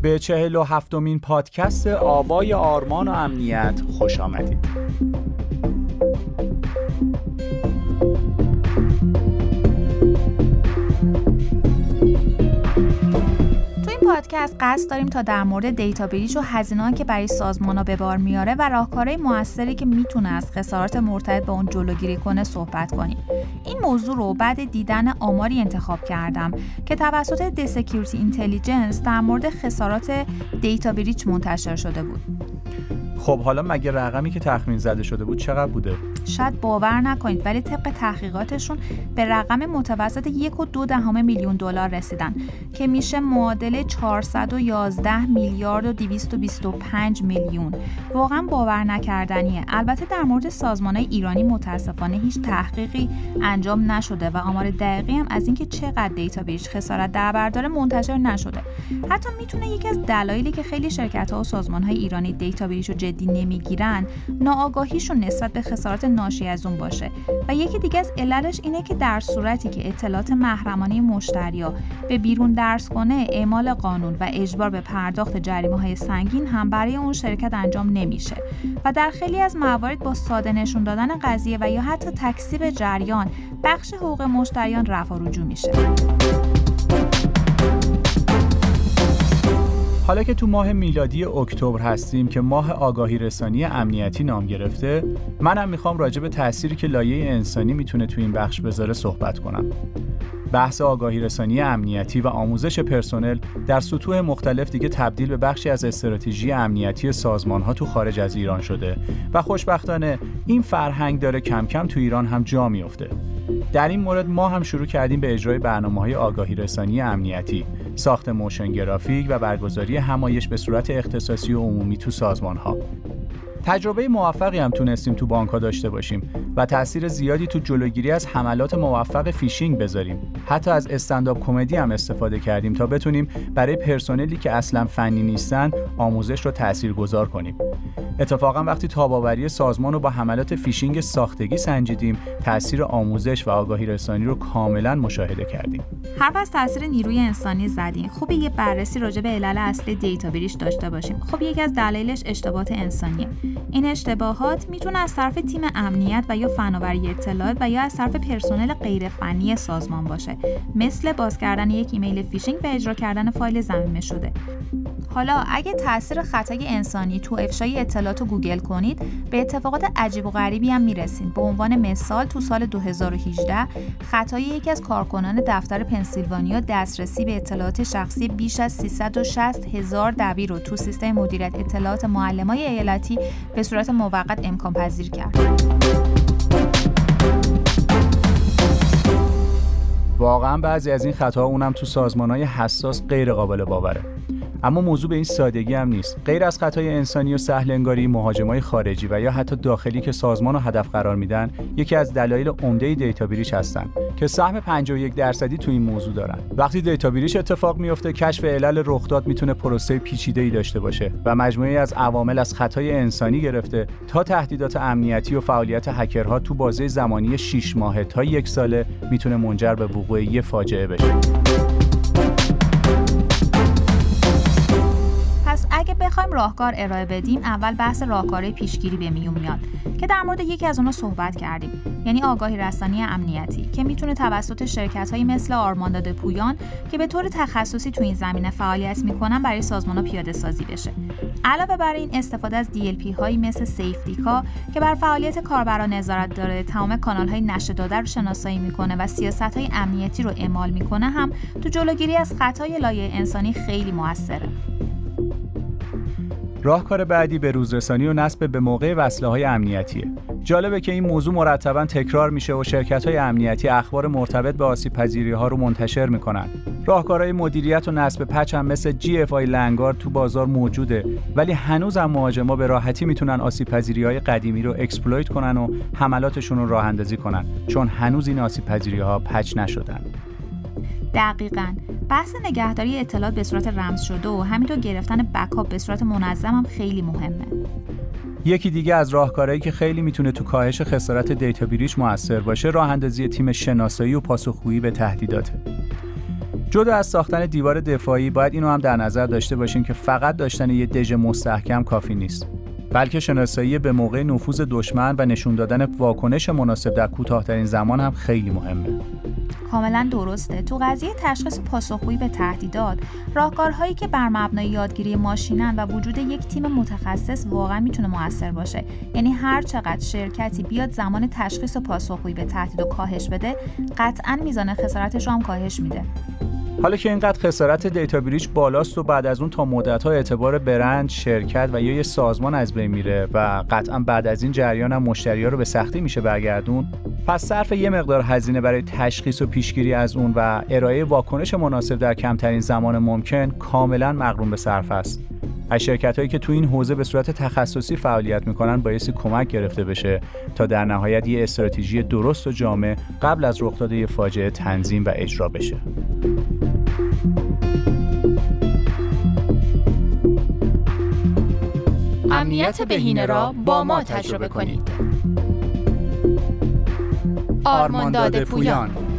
به 47مین پادکست آوای آرمان و امنیت خوش آمدید. پادکست قصد داریم تا در مورد دیتا بریچ و هزینه‌ای که برای سازمان‌ها به بار میاره و راهکارهای موثری که میتونه از خسارات مرتبط با اون جلوگیری کنه صحبت کنیم. این موضوع رو بعد دیدن آماری انتخاب کردم که توسط دی سکیوریتی اینتلیجنس در مورد خسارات دیتا بریچ منتشر شده بود. خب حالا مگه رقمی که تخمین زده شده بود چقدر بوده؟ شاید باور نکنید ولی طبق تحقیقاتشون به رقم متوسط 1.2 میلیون دلار رسیدن که میشه معادل 411 میلیارد و 225 میلیون. واقعا باور نکردنیه. البته در مورد سازمان‌های ایرانی متاسفانه هیچ تحقیقی انجام نشده و آمار دقیقی هم از اینکه چقدر دیتا بریچ خسارت در بر داره منتشر نشده. حتی میتونه یکی از دلایلی که خیلی شرکت‌ها و سازمان‌های ایرانی دیتا بریچ رو جدی نمیگیرن ناآگاهیشون نسبت به خسارات ناشی از اون باشه و یکی دیگه از عللش اینه که در صورتی که اطلاعات محرمانه مشتری‌ها به بیرون درز کنه اعمال قانون و اجبار به پرداخت جریمه‌های سنگین هم برای اون شرکت انجام نمیشه و در خیلی از موارد با ساده نشون دادن قضیه و یا حتی تکذیب جریان بخش حقوق مشتریان رفع و رجوع میشه. حالا که تو ماه میلادی اکتبر هستیم که ماه آگاهی رسانی امنیتی نام گرفته، منم میخوام راجع به تأثیری که لایه انسانی میتونه تو این بخش بذاره صحبت کنم. بحث آگاهی رسانی امنیتی و آموزش پرسنل در سطوح مختلف دیگه تبدیل به بخشی از استراتژی امنیتی سازمان‌ها تو خارج از ایران شده و خوشبختانه این فرهنگ داره کم کم تو ایران هم جا میفته. در این مورد ما هم شروع کردیم به اجرای برنامه‌های آگاهی رسانی امنیتی، ساخت موشن گرافیک و برگزاری همایش به صورت اختصاصی و عمومی تو سازمان‌ها. تجربه موفقی هم تونستیم تو بانک‌ها داشته باشیم و تأثیر زیادی تو جلوگیری از حملات موفق فیشینگ بذاریم. حتی از استندآپ کمدی هم استفاده کردیم تا بتونیم برای پرسنلی که اصلاً فنی نیستن آموزش رو تاثیرگذار کنیم. اتفاقاً وقتی تاب‌آوری سازمان رو با حملات فیشینگ ساختگی سنجیدیم، تأثیر آموزش و آگاهی رسانی رو کاملاً مشاهده کردیم. حرف از تأثیر نیروی انسانی زدیم. خوبه یه بررسی راجع به علل اصلی دیتا بریچ داشته باشیم. خب یکی از دلایلش اشتباهات انسانیه. این اشتباهات میتونه از طرف تیم امنیت و یا فناوری اطلاعات و یا از طرف پرسنل غیر فنی سازمان باشه، مثل باز کردن یک ایمیل فیشینگ و اجرا کردن فایل ضمیمه شده. حالا اگه تأثیر خطای انسانی تو افشای اطلاعات رو گوگل کنید به اتفاقات عجیب و غریبی هم میرسید. به عنوان مثال تو سال 2018 خطای یکی از کارکنان دفتر پنسیلوانیا دسترسی به اطلاعات شخصی بیش از 360,000 دبیر رو تو سیستم مدیریت اطلاعات معلمای ایالتی به صورت موقت امکان پذیر کرد. واقعا بعضی از این خطاها اونم تو سازمان‌های حساس غیر قابل باوره. اما موضوع به این سادگی هم نیست. غیر از خطای انسانی و سهل انگاری، مهاجمای خارجی و یا حتی داخلی که سازمان رو هدف قرار میدن یکی از دلایل عمده دیتا بریچ هستن که سهم 51% تو این موضوع دارن. وقتی دیتا بریچ اتفاق میفته، کشف علل رخداد میتونه پروسه پیچیده‌ای داشته باشه و مجموعه‌ای از عوامل از خطای انسانی گرفته تا تهدیدات امنیتی و فعالیت هکرها تو بازه زمانی 6 ماه تا 1 ساله میتونه منجر به وقوع یه فاجعه بشه. اگه بخوایم راهکار ارائه بدیم، اول بحث راهکارهای پیشگیری به میون میاد که در مورد یکی از اونها صحبت کردیم، یعنی آگاهی رسانی امنیتی که میتونه توسط شرکت‌هایی مثل آرماندو پویان که به طور تخصصی تو این زمینه فعالیت میکنن برای سازمان‌ها پیاده سازی بشه. علاوه بر این استفاده از DLP هایی مثل سیفتیکا که بر فعالیت کاربران نظارت داره، تمام کانال‌های نشر داده رو شناسایی میکنه و سیاست‌های امنیتی رو اعمال میکنه، هم تو جلوگیری از خطای لایه انسانی خیلی موثره. راهکار بعدی به روزرسانی و نصب به موقع وصله‌های امنیتیه. جالبه که این موضوع مرتباً تکرار میشه و شرکت‌های امنیتی اخبار مرتبط به آسیب‌پذیری‌ها رو منتشر میکنن. راهکارهای مدیریت و نصب پچ هم مثل GFI لنگارد تو بازار موجوده، ولی هنوز هم مهاجما به راحتی میتونن آسیب‌پذیری‌های قدیمی رو اکسپلویت کنن و حملاتشون رو راه‌اندازی کنن، چون هنوز این آسیب‌پذیری‌ها پچ نشدن. دقیقاً. بحث نگهداری اطلاعات به صورت رمز شده و همینطور گرفتن بکاپ به صورت منظم هم خیلی مهمه. یکی دیگه از راهکارهایی که خیلی میتونه تو کاهش خسارت دیتا بریچ موثر باشه، راه اندازی تیم شناسایی و پاسخگویی به تهدیداته. جدا از ساختن دیوار دفاعی باید اینو هم در نظر داشته باشیم که فقط داشتن یه دژ مستحکم کافی نیست، بلکه شناسایی به موقع نفوذ دشمن و نشون دادن واکنش مناسب در کوتاه‌ترین زمان هم خیلی مهمه. کاملا درسته. تو قضیه تشخیص پاسخگویی به تهدیدات، راهکارهایی که بر مبنای یادگیری ماشینن و وجود یک تیم متخصص واقعا میتونه موثر باشه. یعنی هر چقدر شرکتی بیاد زمان تشخیص و پاسخگویی به تهدید کاهش بده، قطعا میزان خسارتش هم کاهش میده. حالا که اینقدر خسارت دیتا بریچ بالاست و بعد از اون تا مدت‌ها اعتبار برند، شرکت و یا یه سازمان از بین میره و قطعا بعد از این جریان هم مشتری‌ها رو به سختی میشه برگردون، پس صرف یه مقدار هزینه برای تشخیص و پیشگیری از اون و ارائه واکنش مناسب در کمترین زمان ممکن کاملا مقرون به صرف است. از شرکت‌هایی که تو این حوزه به صورت تخصصی فعالیت می‌کنن بایستی کمک گرفته بشه تا در نهایت یه استراتژی درست و جامع قبل از رخ دادن فاجعه تنظیم و اجرا بشه. امنیت بهینه را با ما تجربه کنید. آرمان داده پویان.